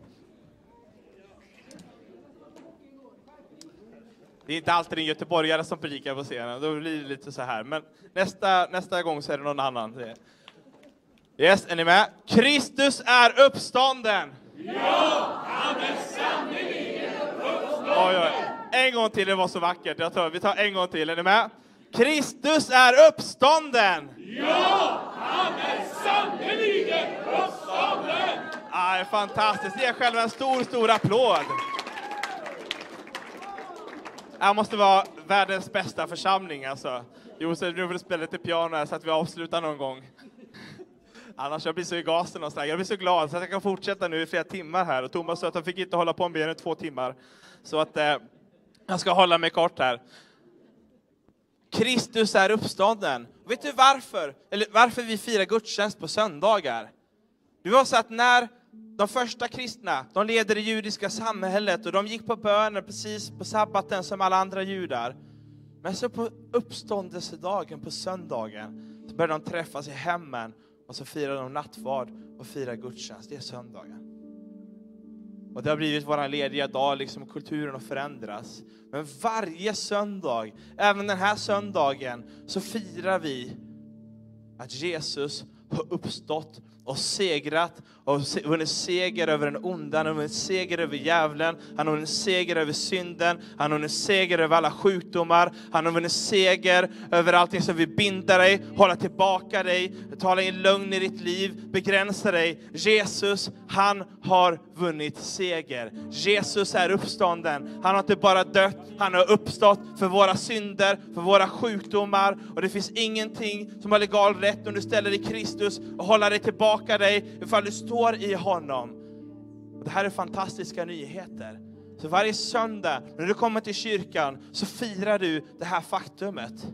S2: Det är inte alltid en göteborgare som predikar på scenen. Då blir det lite så här. Men nästa gång så är det någon annan. Yes, är ni med? Kristus är uppstånden.
S3: Ja, han är sannoliken uppstånden.
S2: Oj. En gång till, det var så vackert. Jag tror vi tar en gång till. Är ni med? Kristus är uppstånden.
S3: Ja, han är sannoliken uppstånden.
S2: Ah, fantastiskt. Det är själva en stor applåd. Jag måste vara världens bästa församling alltså. Josef, nu får du spela lite piano här så att vi avslutar någon gång. Annars jag blir så i gasen och så. Jag blir så glad så att jag kan fortsätta nu i flera timmar här. Och Thomas sa att han fick inte hålla på mer än 2 timmar. Så att jag ska hålla mig kort här. Kristus är uppstånden. Vet du varför? Eller varför vi firar gudstjänst på söndagar? Det var så att när de första kristna, de ledde det judiska samhället och de gick på böner precis på sabbaten som alla andra judar. Men så på uppståndelsedagen, på söndagen, så började de träffas i hemmen och så firade de nattvard och firade gudstjänst. Det är söndagen. Och det har blivit våran lediga dag liksom, och kulturen har förändrats. Men varje söndag, även den här söndagen, så firar vi att Jesus har uppstått och segrat och vunnit seger över den onda. Han har vunnit seger över djävulen. Han har vunnit seger över synden. Han har vunnit seger över alla sjukdomar. Han har vunnit seger över allting som vill binda dig, hålla tillbaka dig, tala in lögn i ditt liv, begränsa dig. Jesus, han har vunnit seger. Jesus är uppstånden. Han har inte bara dött, han har uppstått för våra synder, för våra sjukdomar. Och det finns ingenting som har legal rätt om du ställer dig i Kristus och håller dig tillbaka dig ifall du står i honom. Och det här är fantastiska nyheter. Så varje söndag när du kommer till kyrkan så firar du det här faktumet.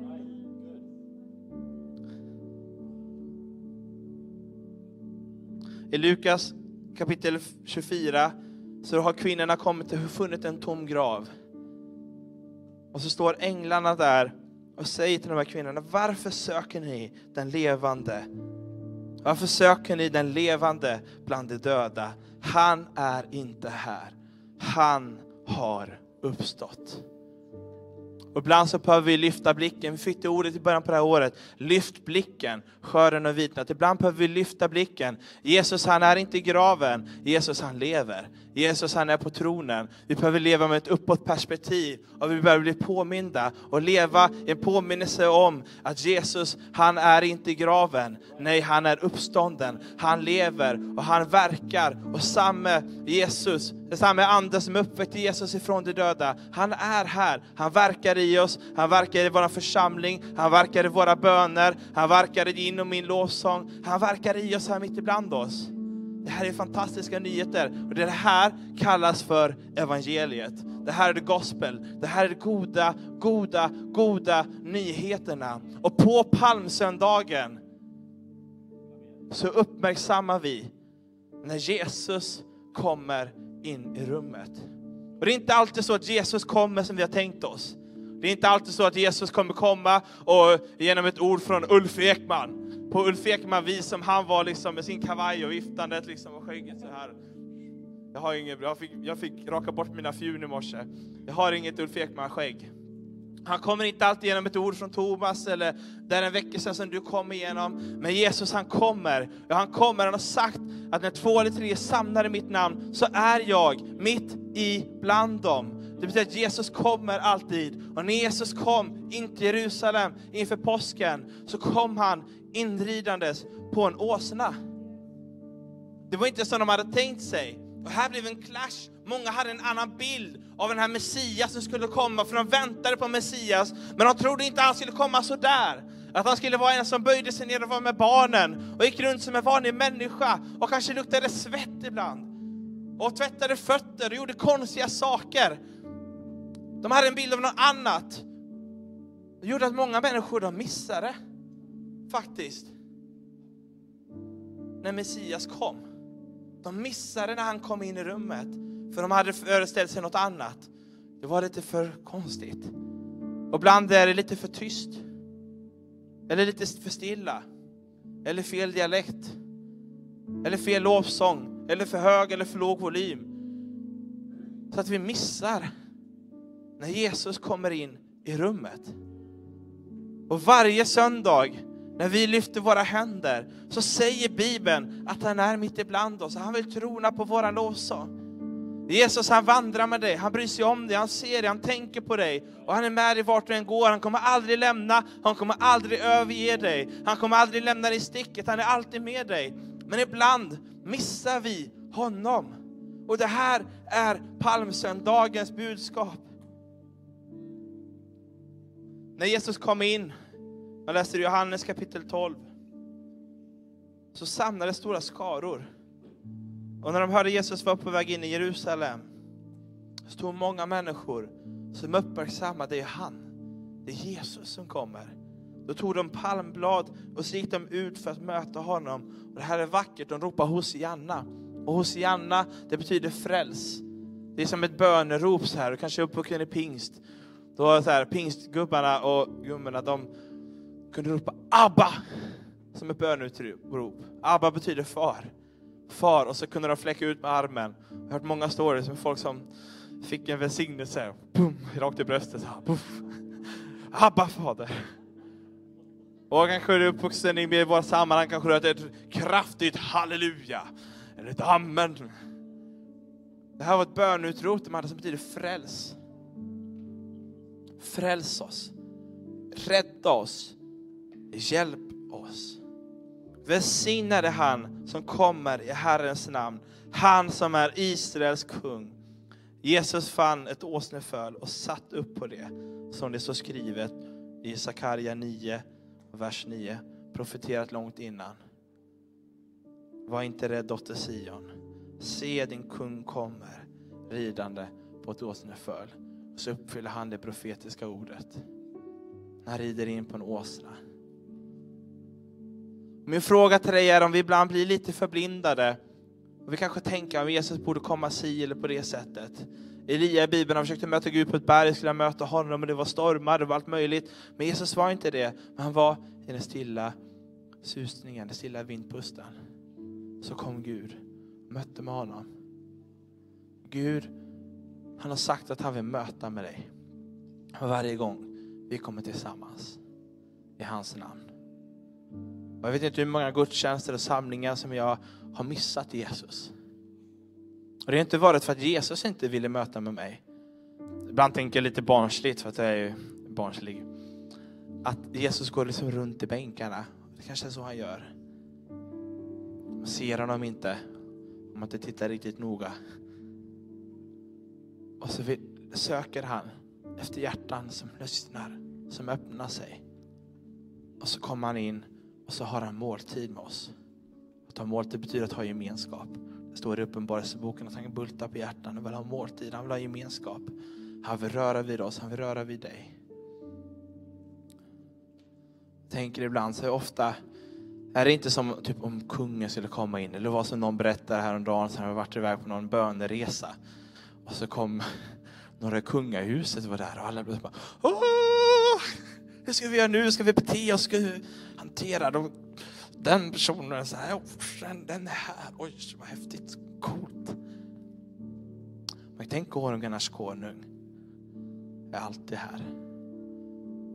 S2: I Lukas kapitel 24 så har kvinnorna kommit och funnit en tom grav. Och så står änglarna där och säger till de här kvinnorna: varför söker ni den levande? Varför söker ni den levande bland de döda? Han är inte här. Han har uppstått. Och ibland så behöver vi lyfta blicken. Vi fick det ordet i början på det här året. Lyft blicken, skörden och vitnat. Ibland behöver vi lyfta blicken. Jesus, han är inte i graven. Jesus, han lever. Jesus, han är på tronen. Vi behöver leva med ett uppåt perspektiv. Och vi behöver bli påminda och leva i en påminnelse om att Jesus, han är inte i graven. Nej, han är uppstånden. Han lever och han verkar. Och samma Jesus, det samma ande som uppväckte Jesus ifrån de döda, han är här. Han verkar i oss. Han verkar i vår församling. Han verkar i våra böner. Han verkar i din och min lovsång. Han verkar i oss här mitt ibland oss. Det här är fantastiska nyheter. Och det här kallas för evangeliet. Det här är det gospel. Det här är de goda nyheterna. Och på palmsöndagen så uppmärksammar vi när Jesus kommer in i rummet. Och det är inte alltid så att Jesus kommer som vi har tänkt oss. Det är inte alltid så att Jesus kommer komma och genom ett ord från Ulf Ekman. På Ulf Ekman vis som han var liksom med sin kavaj och viftandet liksom och skägget så här. Jag fick raka bort mina fjun i morse. Jag har inget Ulf Ekman skägg. Han kommer inte alltid genom ett ord från Thomas eller där en väckelse som du kommer igenom. Men Jesus, han kommer. Ja, han kommer. Han har sagt att när 2 eller 3 samlar i mitt namn så är jag mitt i bland dem. Det betyder att Jesus kommer alltid. Och när Jesus kom in till Jerusalem inför påsken så kom han inridandes på en åsna. Det var inte som de hade tänkt sig. Och här blev en clash. Många hade en annan bild av den här Messias som skulle komma. För de väntade på Messias. Men de trodde inte att han skulle komma så där. Att han skulle vara en som böjde sig ner och var med barnen. Och gick runt som en vanlig människa. Och kanske luktade svett ibland. Och tvättade fötter och gjorde konstiga saker. De hade en bild av något annat. Det gjorde att många människor de missade. Faktiskt. När Messias kom. De missade när han kom in i rummet. För de hade föreställt sig något annat. Det var lite för konstigt. Och ibland är det lite för tyst. Eller lite för stilla. Eller fel dialekt. Eller fel lovsång. Eller för hög eller för låg volym. Så att vi missar när Jesus kommer in i rummet. Och varje söndag när vi lyfter våra händer så säger Bibeln att han är mitt ibland oss. Han vill trona på våra lovsång. Jesus, han vandrar med dig. Han bryr sig om dig. Han ser dig. Han tänker på dig. Och han är med dig vart du än går. Han kommer aldrig lämna. Han kommer aldrig överge dig. Han kommer aldrig lämna dig i sticket. Han är alltid med dig. Men ibland missar vi honom. Och det här är palmsöndagens budskap. När Jesus kom in, man läser i Johannes kapitel 12, så samlades stora skaror. Och när de hörde Jesus var på väg in i Jerusalem, så stod många människor som uppmärksammade det är han. Det är Jesus som kommer. Då tog de palmblad och så gick de ut för att möta honom. Och det här är vackert, de ropar Hosianna. Och Hosianna, det betyder fräls. Det är som ett bönerop så här, och kanske uppvuxen i pingst. Då var så här, pingstgubbarna och gummorna, de kunde ropa Abba som ett bönutrop. Abba betyder far. Far, och så kunde de fläcka ut med armen. Jag har hört många stories med folk som fick en välsignelse. Boom, rakt i bröstet. Puff. Abba, fader. Och kanske är det uppvuxen i våra sammanhang. Kanske det är ett kraftigt halleluja. Eller ett amen. Det här var ett bönutrop de hade som betyder fräls. Fräls oss. Rädda oss. Hjälp oss. Välsignade han som kommer i Herrens namn. Han som är Israels kung. Jesus fann ett åsneföl och satt upp på det. Som det så skrivet i Sakaria 9, vers 9. Profeterat långt innan. Var inte rädd, dotter Sion. Se, din kung kommer ridande på ett åsneföl. Så uppfyller han det profetiska ordet. Han rider in på en åsna. Min fråga till dig är om vi ibland blir lite förblindade. Och vi kanske tänker att Jesus borde komma si eller på det sättet. Elia i Bibeln, han försökte möta Gud på ett berg. Skulle möta honom och det var stormar, det var allt möjligt. Men Jesus var inte det. Men han var i den stilla susningen, den stilla vindpusten. Så kom Gud och mötte med honom. Gud, han har sagt att han vill möta med dig. Varje gång vi kommer tillsammans i hans namn. Och jag vet inte hur många gudstjänster och samlingar som jag har missat Jesus. Och det har inte varit för att Jesus inte ville möta med mig. Ibland tänker jag lite barnsligt, för att jag är ju barnslig. Att Jesus går liksom runt i bänkarna. Det kanske är så han gör. Man ser honom inte om man inte tittar riktigt noga. Och så söker han efter hjärtan som lyssnar, som öppnar sig. Och så kommer han in och så har han måltid med oss. Att ha måltid betyder att ha gemenskap. Det står i Uppenbarelseboken att han bultar på hjärtan och vill ha måltid. Han vill ha gemenskap. Han vill röra vid oss, han vill röra vid dig. Jag tänker ibland så ofta är det inte som typ om kungen skulle komma in. Eller vad som någon berättar häromdagen så han har varit iväg på någon böneresa. Och så kom några kungahuset var där och alla blev bara hur ska vi göra nu? Ska vi bete oss? Ska vi hantera dem? Den personen så här, den är här. Oj, vad häftigt. Coolt. Men tänk konungarnas konung är alltid här.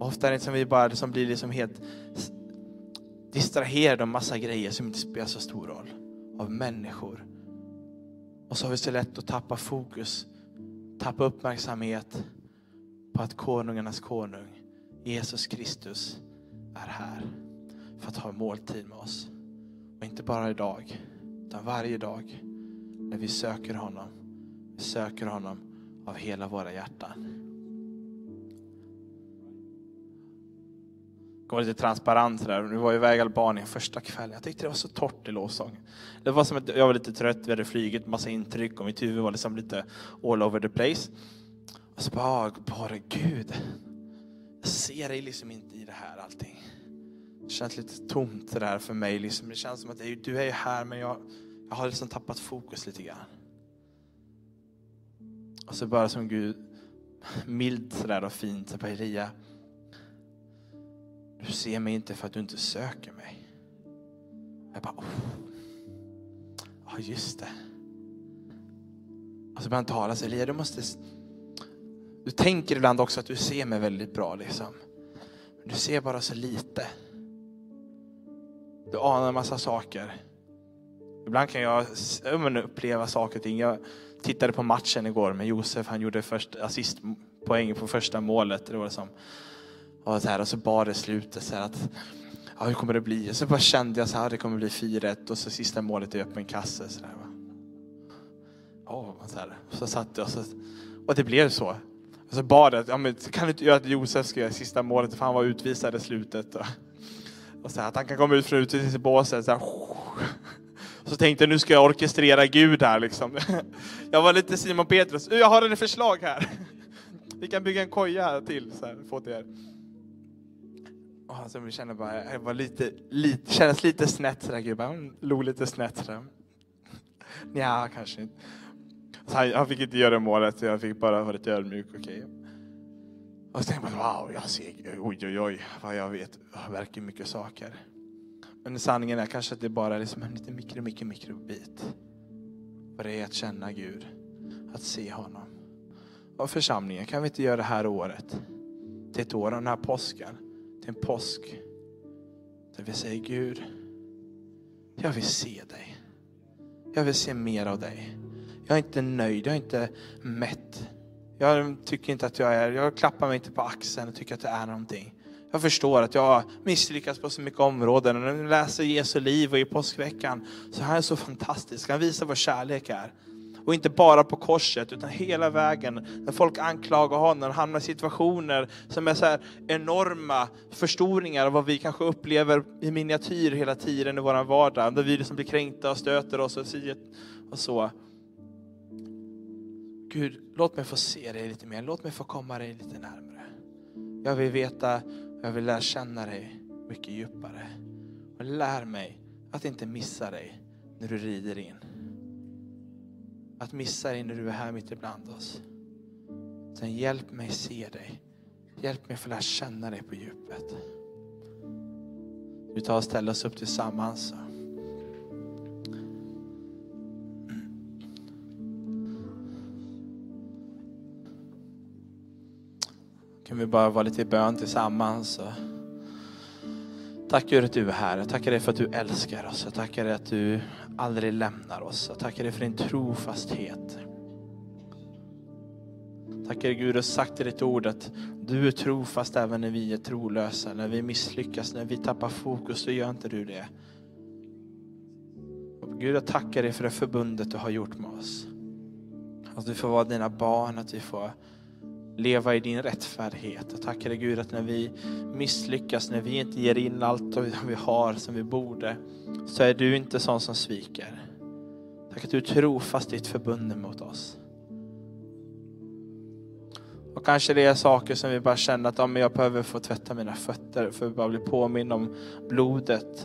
S2: Ofta är det som vi bara som blir liksom helt distraherade av massa grejer som inte spelar så stor roll. Av människor. Och så har vi så lätt att tappa fokus. Tappa uppmärksamhet på att konungarnas konung, Jesus Kristus, är här. För att ha måltid med oss. Och inte bara idag, utan varje dag. När vi söker honom. Vi söker honom av hela våra hjärtan. Det var lite transparent där. Vi var iväg i Albanien första kvällen. Jag tyckte det var så torrt i lovsång. Det var som att jag var lite trött. Vi hade flygit, massa intryck. Och mitt huvud var liksom lite all over the place. Och så bara Gud. Jag ser dig liksom inte i det här allting. Det känns lite tomt det där för mig. Liksom. Det känns som att du är ju här, men jag har liksom tappat fokus lite grann. Och så bara som Gud, mild sådär och fint. Så bara, Elia, du ser mig inte för att du inte söker mig. Jag bara, ja just det. Och så börjar han tala sig, Elia, du tänker ibland också att du ser mig väldigt bra liksom. Men du ser bara så lite. Du anar en massa saker. Ibland kan jag uppleva saker och ting. Jag tittade på matchen igår med Josef. Han gjorde först assistpoäng på första målet. Det var som, och så bara det slutet så här att hur kommer det bli? Så bara kände jag så här, det kommer bli 4-1 och så sista målet i öppen kasse så där, va. Så här. Så satt jag och det blev så. Och så bad jag, kan du inte göra att Josef ska göra sista målet för han var utvisad i slutet och så här, att han kan komma ut från utvisningsbåset så här. Så tänkte jag, nu ska jag orkestrera Gud här liksom. Jag var lite Simon Petrus. Jag har en förslag här. Vi kan bygga en koja här till så här, få det här. Och så vi kände bara, jag var kändes lite snett så där, Gud bara, log lite snett så där. Ja, kanske inte. Så han fick inte göra målet, jag fick bara vara lite ödmjuk, okej. Och så tänkte jag, wow, jag ser, oj, vad jag vet, jag verkar mycket saker. Men sanningen är kanske att det bara är liksom en liten mikrobit. Vad det är att känna Gud, att se honom. Och församlingen, kan vi inte göra det här året till ett år av den här påsken, till en påsk där vi säger, Gud, jag vill se dig. Jag vill se mer av dig. Jag är inte nöjd, jag är inte mätt. Jag tycker inte att jag klappar mig inte på axeln och tycker att det är någonting. Jag förstår att jag har misslyckats på så mycket områden. Och när jag läser Jesu liv och i påskveckan så här är så fantastiskt. Han visar vad kärlek är. Och inte bara på korset utan hela vägen. När folk anklagar honom och hamnar i situationer som är så här enorma förstoringar av vad vi kanske upplever i miniatyr hela tiden i vår vardag. Där vi liksom blir kränkta och stöter oss och så. Gud, låt mig få se dig lite mer. Låt mig få komma dig lite närmare. Jag vill veta, jag vill lära känna dig mycket djupare. Och lär mig att inte missa dig när du rider in. Att missa dig när du är här mitt ibland oss. Sen hjälp mig se dig. Hjälp mig få lära känna dig på djupet. Vi tar och ställer oss upp tillsammans. Kan vi bara vara lite i bön tillsammans. Tack Gud att du är här. Jag tackar dig för att du älskar oss. Jag tackar dig att du aldrig lämnar oss. Jag tackar dig för din trofasthet. Tackar dig Gud att du har sagt i ditt ord att du är trofast även när vi är trolösa. När vi misslyckas, när vi tappar fokus, så gör inte du det. Och Gud, jag tackar dig för det förbundet du har gjort med oss. Att vi får vara dina barn, att vi får leva i din rättfärdighet. Jag tackar dig Gud att när vi misslyckas, när vi inte ger in allt vi har som vi borde, så är du inte sån som sviker. Tack att du är trofast i ditt förbund mot oss. Och kanske det är saker som vi bara känner att jag behöver få tvätta mina fötter för att bara bli påminn om blodet.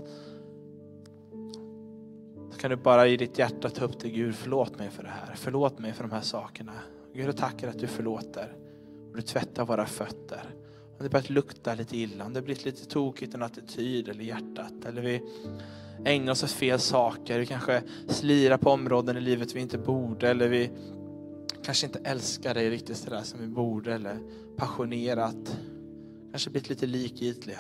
S2: Så kan du bara i ditt hjärta ta upp till Gud, förlåt mig för det här. Förlåt mig för de här sakerna. Gud, jag tackar att du förlåter. Och du tvättar våra fötter. Om det börjat lukta lite illa, om det blivit lite tokigt en attityd eller hjärtat. Eller vi ägnar oss åt fel saker. Vi kanske slirar på områden i livet vi inte borde. Eller vi kanske inte älskar dig riktigt sådär som vi borde. Eller passionerat. kanske blivit lite likgiltiga.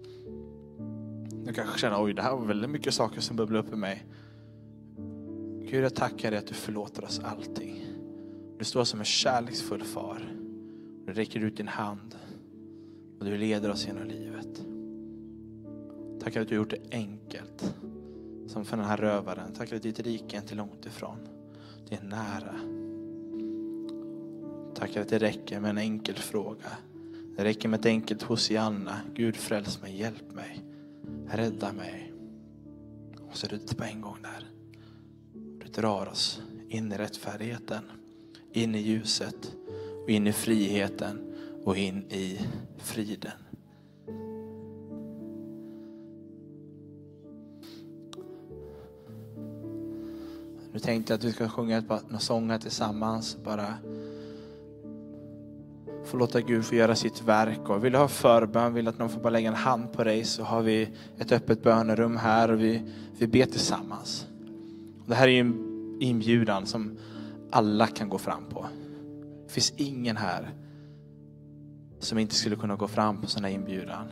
S2: Du kanske känner, oj, det här var väldigt mycket saker som bubblar upp i mig. Gud, jag tackar dig att du förlåter oss allting. Du står som en kärleksfull far. Du räcker ut din hand. Och du leder oss genom livet. Tackar att du har gjort det enkelt. Som för den här rövaren. Tackar att ditt rike är inte långt ifrån. Det är nära. Tackar att det räcker med en enkel fråga. Det räcker med ett enkelt Hosianna. Gud, fräls mig, hjälp mig. Rädda mig. Och så är det på en gång där. Du drar oss in i rättfärdigheten. In i ljuset. Och in i friheten. Och in i friden. Nu tänkte jag att vi ska sjunga ett par sånger tillsammans. Bara få låta Gud få göra sitt verk. Och vill du ha förbön, vill att någon får bara lägga en hand på dig, så har vi ett öppet bönerum här och vi ber tillsammans. Och det här är ju en inbjudan som alla kan gå fram på. Det finns ingen här som inte skulle kunna gå fram på sån här inbjudan.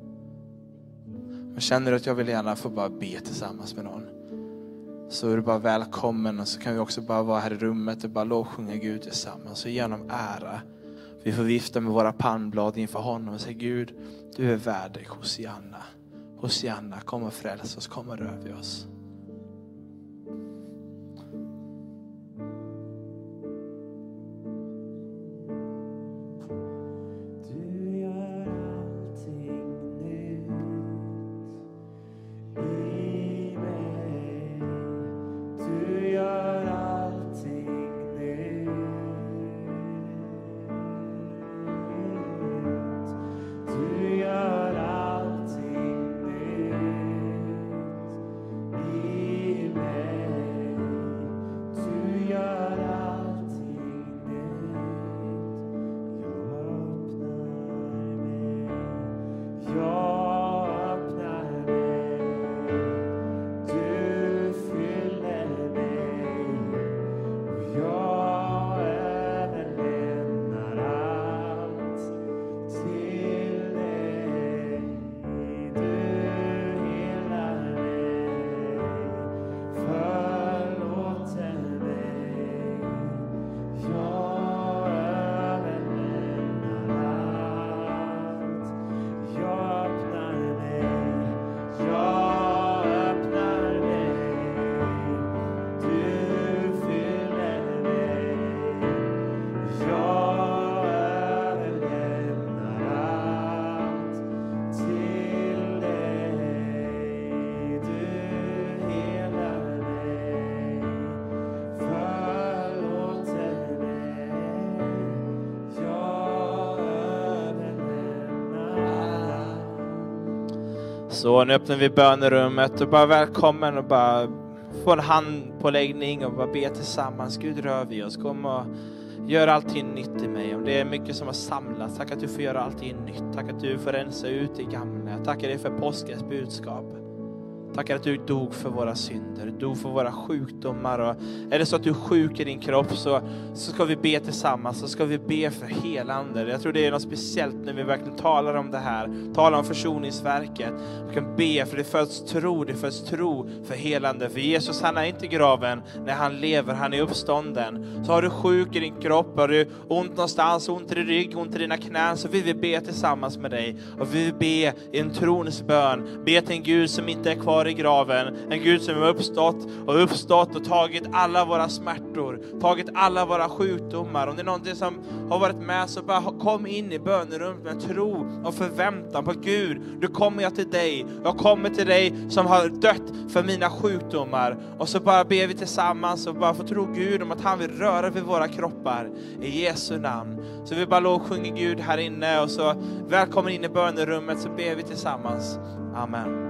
S2: Men känner du att jag vill gärna få bara be tillsammans med någon, så är du bara välkommen. Och så kan vi också bara vara här i rummet och bara lovsjunga Gud tillsammans och ge honom ära. Vi får vifta med våra pannblad inför honom och säga, Gud, du är värd dig, Hosianna. Hosianna, kom och fräls oss, kom och rör vid oss. Så nu öppnar vi bönerummet och bara välkommen och bara få en handpåläggning och bara be tillsammans. Gud, rör vi oss, kom och gör allting nytt i mig. Om det är mycket som har samlats, tack att du får göra allting nytt. Tack att du får rensa ut det gamla. Tack dig för påskens budskap. Tack att du dog för våra synder, du dog för våra sjukdomar. Och är det så att du är sjuk i din kropp, så ska vi be tillsammans. Så ska vi be för helande. Jag tror det är något speciellt när vi verkligen talar om det här. Talar om försoningsverket. Vi kan be för det föds tro för helande. För Jesus, han är inte i graven när han lever, han är uppstånden. Så har du sjuk i din kropp, har du ont någonstans, ont i din rygg, ont i dina knän, så vill vi be tillsammans med dig. Och vi vill be i en trons bön. Be till en Gud som inte är kvar i graven. En Gud som har uppstått och tagit alla våra smärtor, tagit alla våra sjukdomar. Om det är någonting som har varit med, så bara kom in i bönerummet med tro och förväntan på Gud. Nu kommer jag till dig. Jag kommer till dig som har dött för mina sjukdomar. Och så bara ber vi tillsammans och bara få tro Gud om att han vill röra vid våra kroppar i Jesu namn. Så vi bara lovsjunger Gud här inne, och så välkommen in i bönerummet, så ber vi tillsammans. Amen.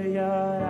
S4: göra